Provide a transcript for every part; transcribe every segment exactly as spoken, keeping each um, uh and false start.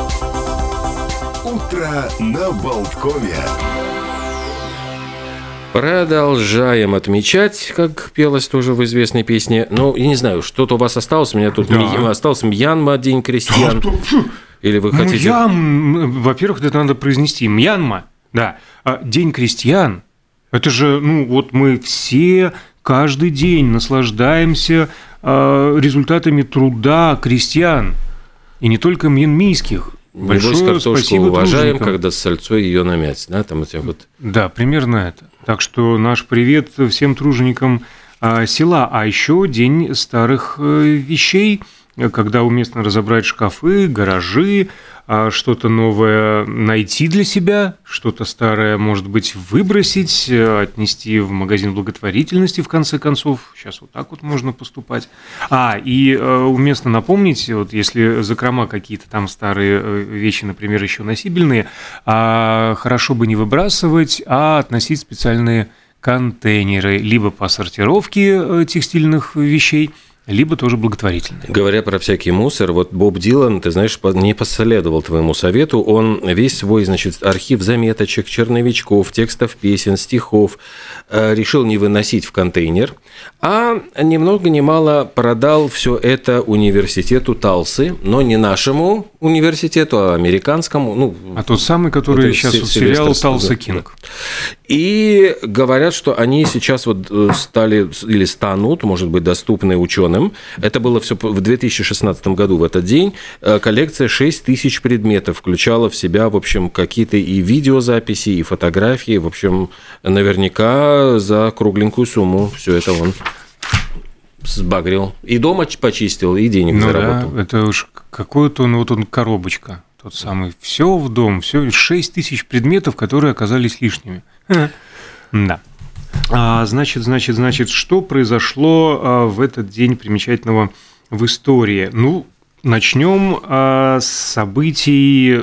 Утро на Болткове. Продолжаем отмечать, как пелось тоже в известной песне. Ну, я не знаю, что-то у вас осталось. У меня тут да. ми... остался Мьянма, День крестьян. Да, Или вы хотите... Мьям... Во-первых, это надо произнести. Мьянма, да. А День крестьян. Это же, ну, вот мы все каждый день наслаждаемся э, результатами труда крестьян. И не только мьянмийских. Большое спасибо уважаем, труженикам. Когда с сальцой ее намять, да, там эти вот. Да, примерно это. Так что наш привет всем труженикам а, села. А еще день старых вещей, когда уместно разобрать шкафы, гаражи, а, что-то новое найти для себя, что-то старое, может быть, выбросить, отнести в магазин благотворительности, в конце концов. Сейчас вот так вот можно поступать. А, и а, уместно напомнить, вот если закрома какие-то там старые вещи, например, еще носибельные, а, хорошо бы не выбрасывать, а относить в специальные контейнеры, либо по сортировке текстильных вещей, либо тоже благотворительные. Говоря про всякий мусор, вот Боб Дилан, ты знаешь, не последовал твоему совету, он весь свой, значит, архив заметочек, черновичков, текстов песен, стихов решил не выносить в контейнер, а ни много ни мало продал все это университету Талсы, но не нашему университету, а американскому. Ну, а тот самый, который сейчас вот сериал «Талса Кинг». И говорят, что они сейчас вот стали или станут, может быть, доступны ученым. Это было все в две тысячи шестнадцатом году, в этот день. Коллекция шесть тысяч предметов включала в себя, в общем, какие-то и видеозаписи, и фотографии. В общем, наверняка за кругленькую сумму все это он сбагрил. И дома почистил, и денег ну заработал. Да, это уж какой-то, ну вот он коробочка. Тот самый «Все в дом», все шесть тысяч предметов, которые оказались лишними. Да. А, значит, значит, значит, что произошло а, в этот день примечательного в истории? Ну, начнем а, с событий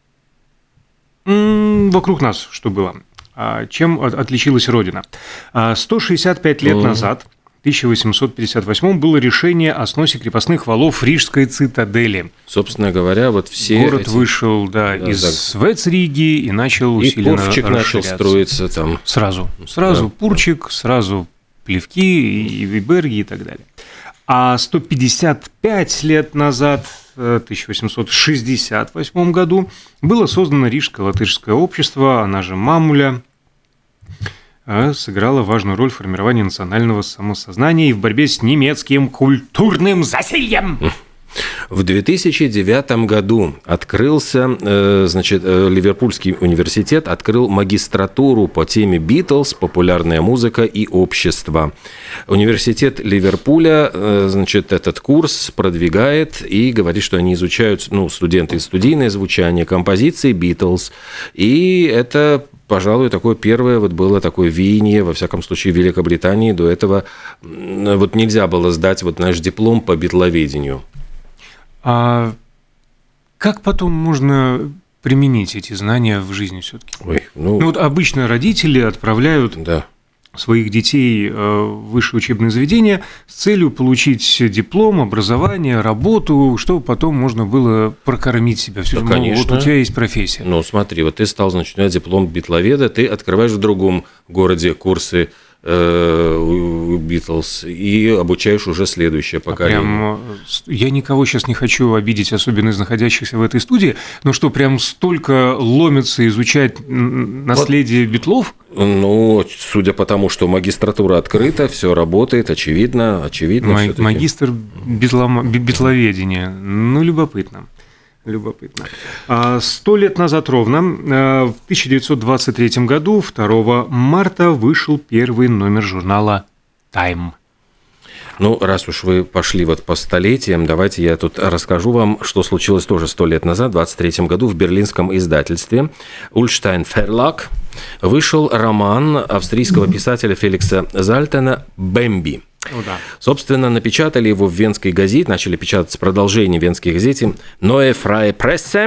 м- вокруг нас, что было. А, чем от- отличилась Родина? А, сто шестьдесят пять лет mm-hmm. назад, в тысяча восемьсот пятьдесят восьмом, было решение о сносе крепостных валов Рижской цитадели. Собственно говоря, вот все город эти... вышел, да, да, из да. Вецриги и начал и усиленно Пурчик расширяться. начал строиться там. Сразу, сразу да. Пурчик, сразу Плевки и Виберги и так далее. А сто пятьдесят пять лет назад, в тысяча восемьсот шестьдесят восьмом году, было создано Рижское латышское общество, она же Мамуля, сыграла важную роль в формировании национального самосознания и в борьбе с немецким культурным засильем. В две тысячи девятом году открылся, значит, Ливерпульский университет открыл магистратуру по теме «Битлз. Популярная музыка и общество». Университет Ливерпуля, значит, этот курс продвигает и говорит, что они изучают, ну, студенты, студийное звучание, композиции «Битлз». И это... Пожалуй, такое первое вот было такое веяние, во всяком случае, в Великобритании. До этого вот нельзя было сдать вот наш диплом по битловедению. А как потом можно применить эти знания в жизни все-таки? Ой, ну... ну вот обычно родители отправляют да. своих детей в высшее учебное заведение с целью получить диплом, образование, работу, чтобы потом можно было прокормить себя. Все ну, конечно. Вот у тебя есть профессия. Ну, смотри, вот ты стал, значит, у тебя диплом битловеда, ты открываешь в другом городе курсы Битлз и обучаешь уже следующее поколение. А прям, я никого сейчас не хочу обидеть, особенно из находящихся в этой студии, но что, прям столько ломится изучать наследие вот, Битлов? Ну, судя по тому, что магистратура открыта, все работает, очевидно, очевидно. Ма- магистр битлом... битловедения, ну, любопытно. Любопытно. Сто лет назад ровно, в тысяча девятьсот двадцать третьем году, второго марта, вышел первый номер журнала «Time». Ну, раз уж вы пошли вот по столетиям, давайте я тут расскажу вам, что случилось тоже сто лет назад, в двадцать третьем году, в берлинском издательстве Ullstein Verlag вышел роман австрийского писателя Феликса Зальтена «Бэмби». О, да. Собственно, напечатали его в Венской газете, начали печатать продолжение Венской газете «Neue Freie Presse».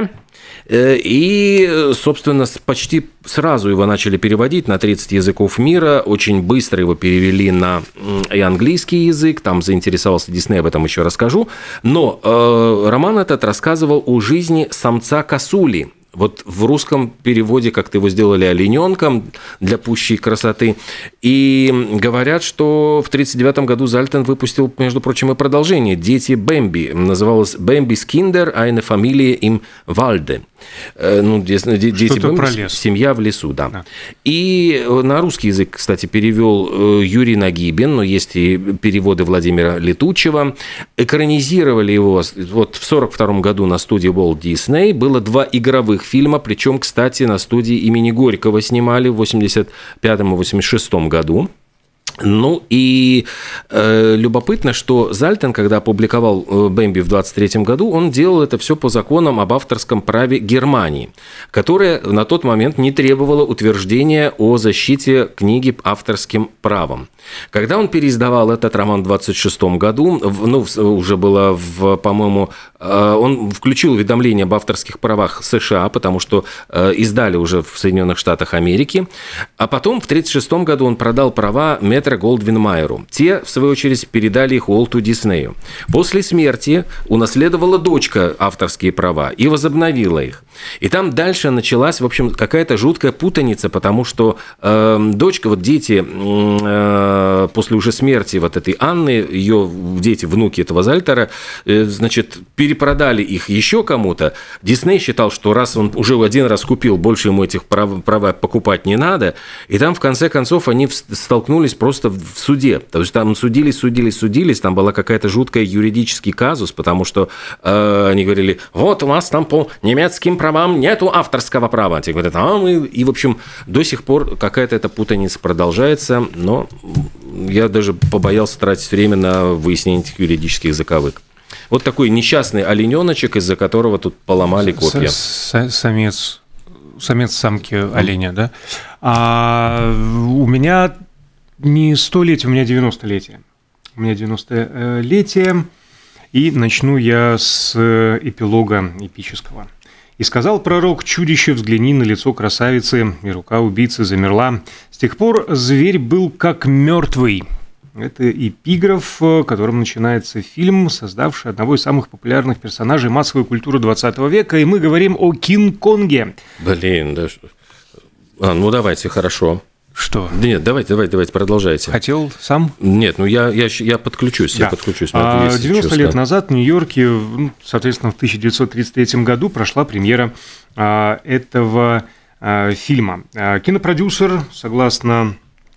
И, собственно, почти сразу его начали переводить на тридцать языков мира. Очень быстро его перевели на и английский язык. Там заинтересовался Дисней, об этом еще расскажу. Но э, роман этот рассказывал о жизни самца косули. Вот в русском переводе как-то его сделали олененком для пущей красоты. И говорят, что в тридцать девятом году Зальтен выпустил, между прочим, и продолжение «Дети Бэмби». Называлось «Бэмбис Киндер, eine Familie im Walde». Ну, дети Бэмби, семья в лесу, да. да. И на русский язык, кстати, перевел Юрий Нагибин, но есть и переводы Владимира Летучего. Экранизировали его вот в сорок втором году на студии Walt Disney. Было два игровых фильма, причем, кстати, на студии имени Горького снимали в восемьдесят пятом и восемьдесят шестом году. Ну и э, любопытно, что Зальтен, когда опубликовал «Бэмби» в двадцать третьем году, он делал это все по законам об авторском праве Германии, которая на тот момент не требовала утверждения о защите книги авторским правом. Когда он переиздавал этот роман в двадцать шестом году, ну, уже было, в, по-моему, он включил уведомление об авторских правах США, потому что издали уже в Соединенных Штатах Америки, а потом в тридцать шестом году он продал права Метро Голдвин Майеру. Те, в свою очередь, передали их Уолту Диснею. После смерти унаследовала дочка авторские права и возобновила их. И там дальше началась, в общем, какая-то жуткая путаница, потому что э, дочка, вот дети, э, после уже смерти вот этой Анны, ее дети, внуки этого Зальтера, э, значит, перепродали их еще кому-то. Дисней считал, что раз он уже один раз купил, больше ему этих прав, права покупать не надо. И там, в конце концов, они столкнулись просто в суде. То есть там судились, судились, судились, там была какая-то жуткая юридический казус, потому что э, они говорили, вот у вас там по немецким правам вам нету авторского права. Те говорят, а мы... И, в общем, до сих пор какая-то эта путаница продолжается, но я даже побоялся тратить время на выяснение этих юридических заковык. Вот такой несчастный олененочек, из-за которого тут поломали копья. Самец, самец самки оленя, да? А у меня не столетие, у меня девяностолетие. У меня девяностолетие, и начну я с эпилога эпического. «И сказал пророк: чудище, взгляни на лицо красавицы, и рука убийцы замерла. С тех пор зверь был как мертвый». Это эпиграф, которым начинается фильм, создавший одного из самых популярных персонажей массовой культуры двадцатого века, и мы говорим о Кинг-Конге. Блин, да. А, ну давайте, хорошо. Что? Нет, давайте, давайте, давайте, продолжайте. Хотел сам? Нет, ну я, я, я подключусь, да. я подключусь. А, девяносто лет назад в Нью-Йорке, соответственно, в тысяча девятьсот тридцать третьем году прошла премьера а, этого а, фильма. А, кинопродюсер, согласно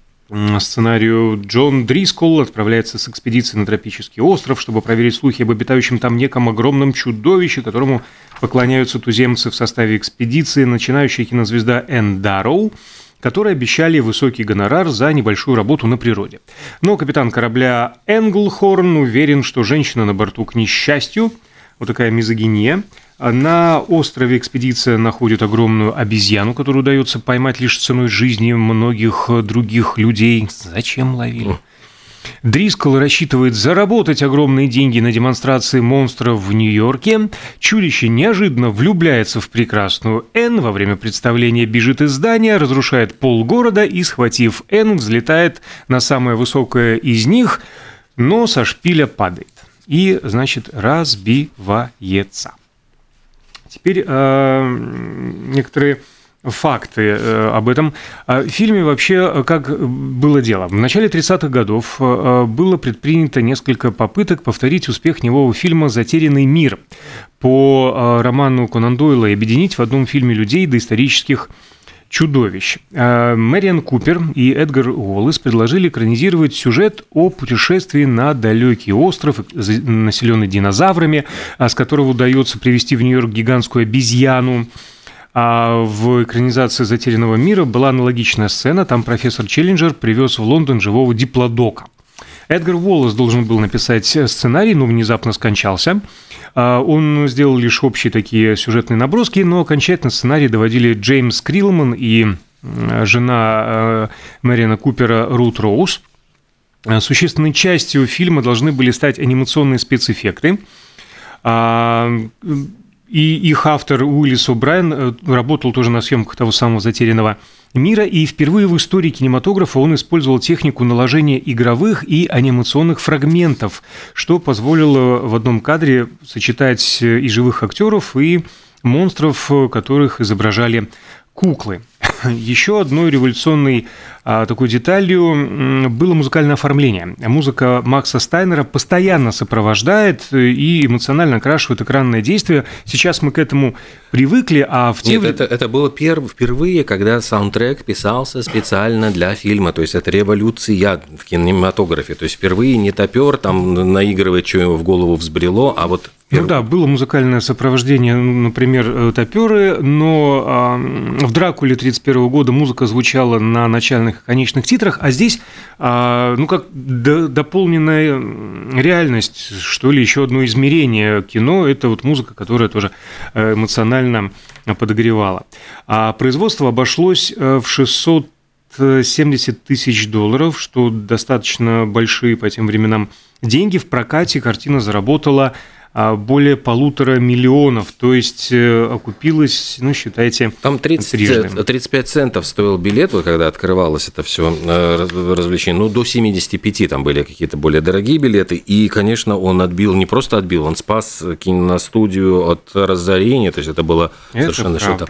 сценарию, Джон Дрисколл отправляется с экспедицией на тропический остров, чтобы проверить слухи об обитающем там неком огромном чудовище, которому поклоняются туземцы в составе экспедиции, начинающая кинозвезда Энн Дарроу, которые обещали высокий гонорар за небольшую работу на природе. Но капитан корабля Энглхорн уверен, что женщина на борту, к несчастью, вот такая мизогиния. На острове экспедиция находит огромную обезьяну, которую удается поймать лишь ценой жизни многих других людей. Зачем ловили? Дрисколл рассчитывает заработать огромные деньги на демонстрации монстров в Нью-Йорке. Чудище неожиданно влюбляется в прекрасную Энн, во время представления бежит из здания, разрушает полгорода и, схватив Энн, взлетает на самое высокое из них, но со шпиля падает и, значит, разбивается. Теперь э, некоторые факты э, об этом. В фильме вообще как было дело. В начале тридцатых годов э, было предпринято несколько попыток повторить успех немого фильма «Затерянный мир» по э, роману Конан Дойла и объединить в одном фильме людей доисторических чудовищ. Мэриан Купер и Эдгар Уоллес предложили экранизировать сюжет о путешествии на далекий остров, населенный динозаврами, с которого удается привезти в Нью-Йорк гигантскую обезьяну. А в экранизации «Затерянного мира» была аналогичная сцена. Там профессор Челленджер привез в Лондон живого диплодока. Эдгар Уоллес должен был написать сценарий, но внезапно скончался. Он сделал лишь общие такие сюжетные наброски, но окончательно сценарий доводили Джеймс Крилман и жена Мэриана Купера Рут Роуз. Существенной частью фильма должны были стать анимационные спецэффекты. и их автор Уиллис О'Брайен работал тоже на съемках того самого «Затерянного мира», и впервые в истории кинематографа он использовал технику наложения игровых и анимационных фрагментов, что позволило в одном кадре сочетать и живых актеров, и монстров, которых изображали куклы. Еще одной революционной а, такой деталью было музыкальное оформление. Музыка Макса Стайнера постоянно сопровождает и эмоционально окрашивает экранное действие. Сейчас мы к этому привыкли, а в те... Нет, это, это было перв... впервые, когда саундтрек писался специально для фильма, то есть это революция в кинематографе, то есть впервые не топер там наигрывает, что ему в голову взбрело, а вот... Ну да, было музыкальное сопровождение, например, топеры, но в «Дракуле» тридцать первого года музыка звучала на начальных и конечных титрах, а здесь, ну, как дополненная реальность, что ли, еще одно измерение кино, это вот музыка, которая тоже эмоционально подогревала. А производство обошлось в шестьсот семьдесят тысяч долларов, что достаточно большие по тем временам деньги. В прокате картина заработала более полутора миллионов, то есть окупилась, ну, считайте, там тридцать, тридцать пять центов стоил билет, вот когда открывалось это все развлечение, ну, до семидесяти пяти там были какие-то более дорогие билеты, и, конечно, он отбил, не просто отбил, он спас киностудию от разорения, то есть это было это совершенно что-то.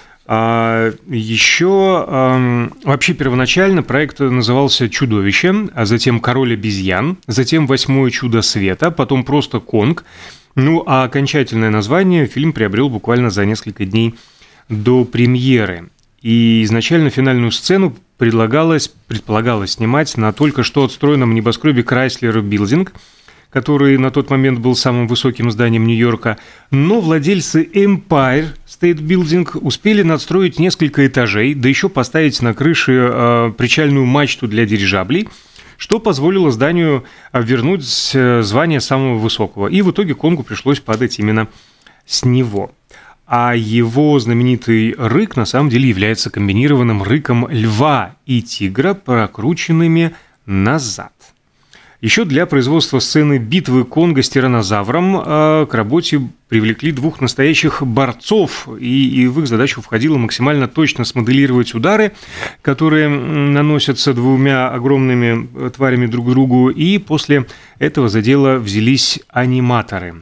А еще вообще первоначально проект назывался «Чудовище», а затем «Король обезьян», затем «Восьмое чудо света», потом просто «Конг». Ну, а окончательное название фильм приобрел буквально за несколько дней до премьеры. И изначально финальную сцену предлагалось, предполагалось снимать на только что отстроенном небоскребе Chrysler Building, который на тот момент был самым высоким зданием Нью-Йорка, но владельцы Empire State Building успели надстроить несколько этажей, да еще поставить на крыше э, причальную мачту для дирижаблей, что позволило зданию вернуть звание самого высокого. И в итоге Конгу пришлось падать именно с него. А его знаменитый рык на самом деле является комбинированным рыком льва и тигра, прокрученными назад. Еще для производства сцены битвы Конга с тираннозавром к работе привлекли двух настоящих борцов, и, и в их задачу входило максимально точно смоделировать удары, которые наносятся двумя огромными тварями друг другу, и после этого за дело взялись аниматоры.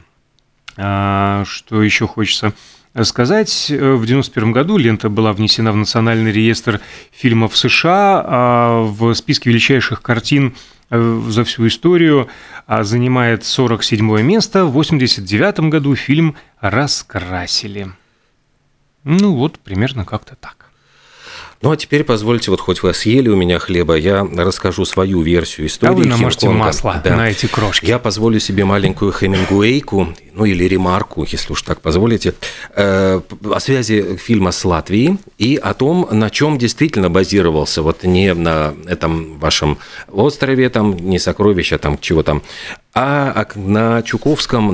А, что еще хочется сказать, в девяносто первом году лента была внесена в Национальный реестр фильмов США, а в списке величайших картин за всю историю занимает сорок седьмое место. В восемьдесят девятом году фильм раскрасили. Ну вот, примерно как-то так. Ну, а теперь позвольте, вот хоть вы съели у меня хлеба, я расскажу свою версию истории. А вы намажьте Хинконга. масло да. на эти крошки. Я позволю себе маленькую Хемингуэйку, ну или ремарку, если уж так позволите, э, о связи фильма с Латвией и о том, на чем действительно базировался, вот не на этом вашем острове, там, не сокровища, там, чего там, а на Чуковском,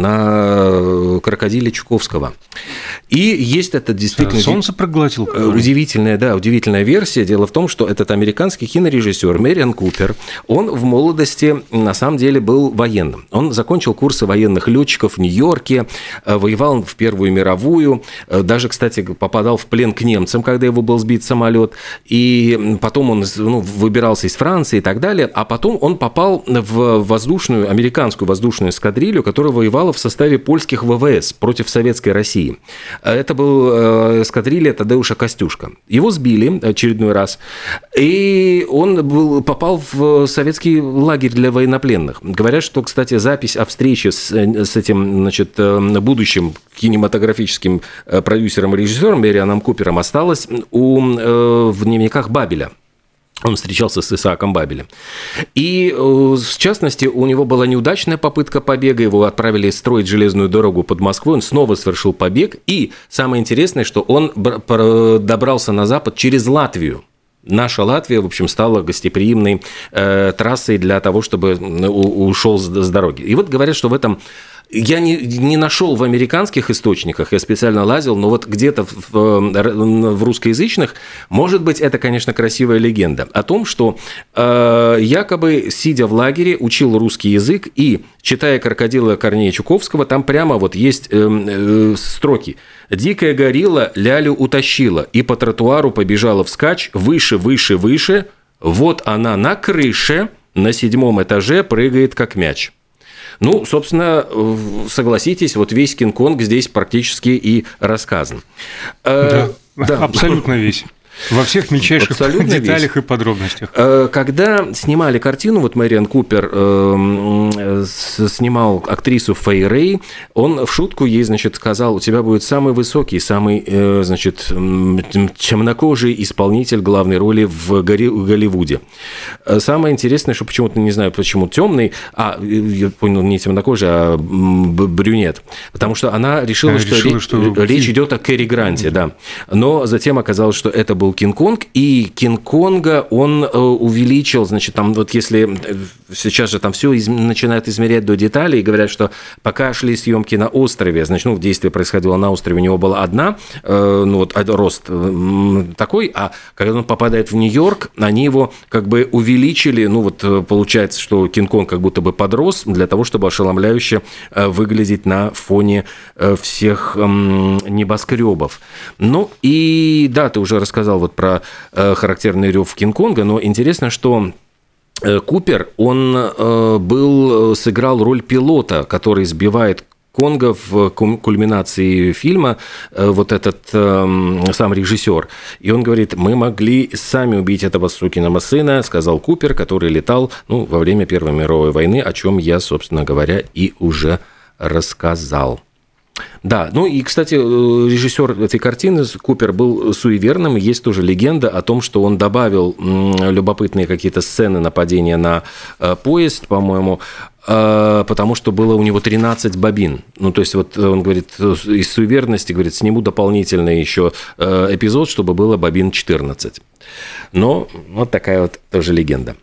на крокодиле Чуковского. И есть это действительно... Солнце проглотил. Удивительная, да, удивительная версия. Дело в том, что этот американский кинорежиссер Мэриан Купер, он в молодости на самом деле был военным. Он закончил курсы военных летчиков в Нью-Йорке, воевал в Первую мировую, даже, кстати, попадал в плен к немцам, когда его был сбит самолет, и потом он ну, выбирался из Франции и так далее, а потом он попал в воздушную, американскую воздушную эскадрилью, которая воевала в составе польских ВВС против Советской России. Это был эскадрилья Тадеуша Костюшка. Его сбили очередной раз, и он был, попал в советский лагерь для военнопленных. Говорят, что, кстати, запись о встрече с, с этим, значит, будущим кинематографическим продюсером и режиссером Мэрианом Купером осталась у, в дневниках Бабеля. Он встречался с Исааком Бабелем. И, в частности, у него была неудачная попытка побега, его отправили строить железную дорогу под Москвой, он снова совершил побег, и самое интересное, что он добрался на запад через Латвию. Наша Латвия, в общем, стала гостеприимной э, трассой для того, чтобы ушел с, с дороги. И вот говорят, что в этом Я не, не нашел в американских источниках, я специально лазил, но вот где-то в, в русскоязычных, может быть, это, конечно, красивая легенда о том, что э, якобы, сидя в лагере, учил русский язык и, читая «Крокодила» Корнея Чуковского, там прямо вот есть э, э, строки. «Дикая горилла лялю утащила и по тротуару побежала вскачь, выше, выше, выше, вот она на крыше, на седьмом этаже прыгает как мяч». Ну, собственно, согласитесь, вот весь Кинг-Конг здесь практически и рассказан. Да, да. Абсолютно весь. Во всех мельчайших абсолютно деталях весь. И подробностях. Когда снимали картину, вот Мэриан Купер э, снимал актрису Фэй Рэй, он в шутку ей, значит, сказал: у тебя будет самый высокий, самый, э, значит, темнокожий исполнитель главной роли в Голливуде. Самое интересное, что почему-то, не знаю, почему темный, а, я понял, не темнокожий, а брюнет, потому что она решила, она что, решила, что речь идет о Кэрри Гранте, да. Но затем оказалось, что это был Кинг-Конг, и Кинг-Конга он увеличил, значит, там вот если сейчас же там все из, начинают измерять до деталей и говорят, что пока шли съемки на острове, значит, ну, действие происходило на острове, у него была одна, э, ну, вот рост такой, а когда он попадает в Нью-Йорк, они его как бы увеличили, ну, вот получается, что Кинг-Конг как будто бы подрос для того, чтобы ошеломляюще выглядеть на фоне всех небоскребов. Ну, и да, ты уже рассказал вот про э, характерный рев Кинг-Конга, но интересно, что э, Купер, он э, был, сыграл роль пилота, который сбивает Конга в кульминации фильма, э, вот этот э, сам режиссер. И он говорит: мы могли сами убить этого сукиного сына, сказал Купер, который летал, ну, во время Первой мировой войны, о чем я, собственно говоря, и уже рассказал. Да, ну и, кстати, режиссер этой картины Купер был суеверным. Есть тоже легенда о том, что он добавил любопытные какие-то сцены нападения на поезд, по-моему, потому что было у него тринадцать бобин. Ну, то есть, вот он говорит, из суеверности, говорит, сниму дополнительный еще эпизод, чтобы было бобин четырнадцать. Но вот такая вот тоже легенда.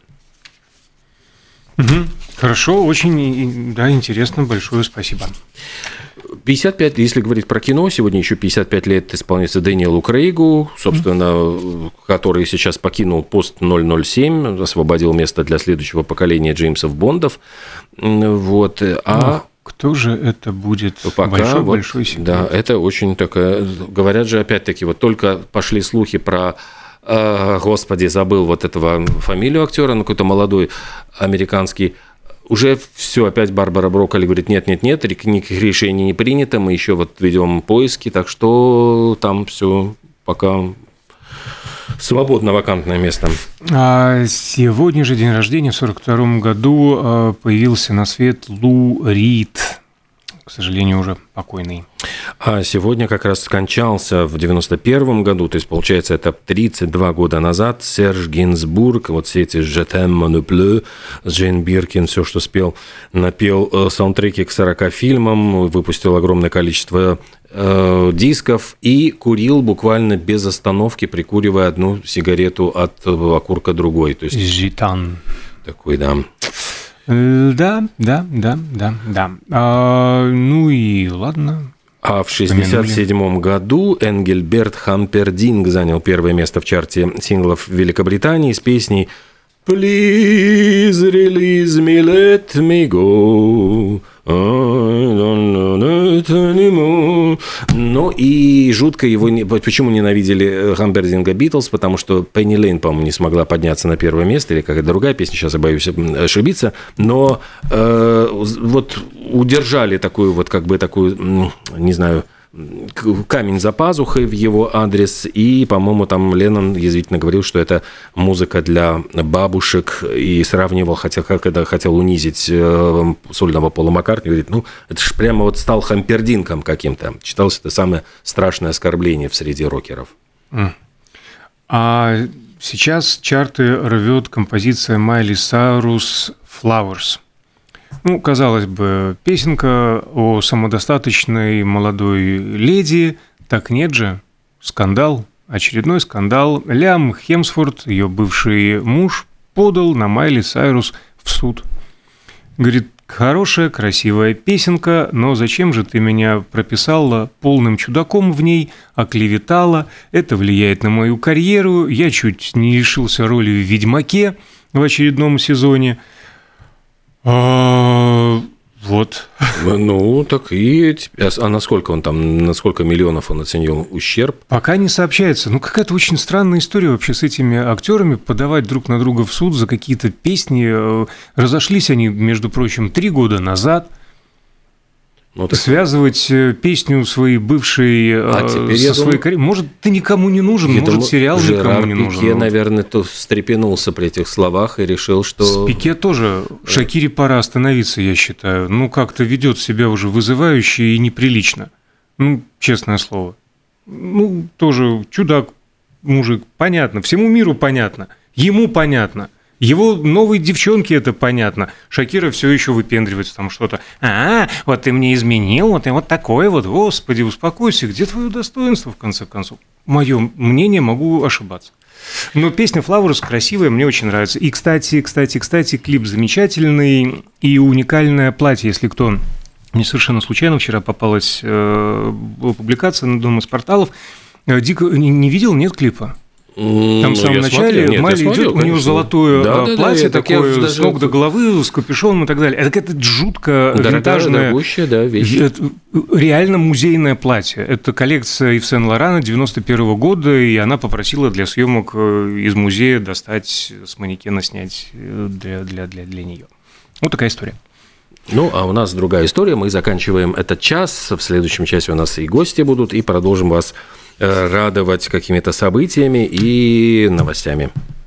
Угу. Хорошо, очень, да, интересно, большое спасибо. пятьдесят пять, если говорить про кино, сегодня еще пятьдесят пять лет исполняется Дэниелу Крейгу, собственно, mm-hmm. который сейчас покинул пост ноль ноль семь, освободил место для следующего поколения Джеймсов Бондов. Вот. А... Кто же это будет? Пока большой, вот, большой секрет. Да, это очень такая... Говорят же, опять-таки, вот только пошли слухи про... Господи, забыл вот этого фамилию актера, ну, какой-то молодой американский. Уже все, опять Барбара Брокколи говорит: нет-нет-нет, никаких решений не принято, мы еще вот ведем поиски, так что там все пока свободно вакантное место. А сегодня же день рождения, в сорок втором году появился на свет Лу Рид, к сожалению, уже покойный. А сегодня как раз скончался в девяносто первом году, то есть, получается, это тридцать два года назад, Серж Гинзбург, вот все эти «Je t'aime, mon ne pleut», Джейн Биркин, все, что спел, напел саундтреки к сорока фильмам, выпустил огромное количество э, дисков и курил буквально без остановки, прикуривая одну сигарету от окурка другой. То есть, Житан. Такой, да. Да, да, да, да, да. А, ну и ладно. А в шестьдесят седьмом году Энгельберт Хампердинг занял первое место в чарте синглов Великобритании с песней «Please release me, let me go, I don't know it anymore». Ну и жутко его... Почему ненавидели Хампердинга Битлз? Потому что Пенни Лейн, по-моему, не смогла подняться на первое место, или какая-то другая песня, сейчас я боюсь ошибиться, но э, вот удержали такую вот, как бы такую, не знаю, камень за пазухой в его адрес, и, по-моему, там Леннон язвительно говорил, что это музыка для бабушек, и сравнивал, хотя когда хотел унизить сольного Пола Маккартни, говорит, ну, это ж прямо вот стал Хампердинком каким-то. Считалось, это самое страшное оскорбление в среде рокеров. А сейчас чарты рвет композиция Майли Сайрус «Flowers». Ну, казалось бы, песенка о самодостаточной молодой леди. Так нет же. Скандал, очередной скандал. Лиам Хемсворт, ее бывший муж, подал на Майли Сайрус в суд. Говорит, Хорошая, красивая песенка, но зачем же ты меня прописала полным чудаком в ней, оклеветала? Это влияет на мою карьеру. Я чуть не лишился роли в «Ведьмаке» в очередном сезоне. А, вот. Ну, так и... А насколько он там, на сколько миллионов он оценил ущерб? Пока не сообщается. Ну, какая-то очень странная история вообще с этими актерами. Подавать друг на друга в суд за какие-то песни. Разошлись они, между прочим, три года назад. Ну, так... Связывать песню своей бывшей а со своей думаю... карьерой. Может, ты никому не нужен, я может, думаю, сериал никому не нужен. Пике, наверное, то встрепенулся при этих словах и решил, что... С Пике тоже. Шакире пора остановиться, я считаю. Ну, как-то ведет себя уже вызывающе и неприлично. Ну, честное слово. Ну, тоже чудак, мужик, понятно. Всему миру понятно. Ему понятно. Его новой девчонке это понятно. Шакира все еще выпендривается там что-то. А, вот ты мне изменил, вот ты вот такой вот. Господи, успокойся, где твое достоинство, в конце концов? Мое мнение, могу ошибаться. Но песня «Flowers» красивая, мне очень нравится. И, кстати, кстати, кстати, клип замечательный и уникальное платье, если кто... Мне совершенно случайно вчера попалась э, публикация на одном из порталов. Дико не видел, нет клипа? Там в самом я начале смотрел, Майли идет, смотрел, у нее золотое да, платье да, да, такое, с даже... ног до головы, с капюшоном и так далее. Это какая-то жутко дорогая, винтажная, дорогущая, да, вещь. Реально музейное платье. Это коллекция Ив Сен-Лорана девяносто первого года, и она попросила для съемок из музея достать, с манекена снять для, для, для, для нее. Вот такая история. Ну, а у нас другая история. Мы заканчиваем этот час. В следующем часе у нас и гости будут, и продолжим вас радовать какими-то событиями и новостями.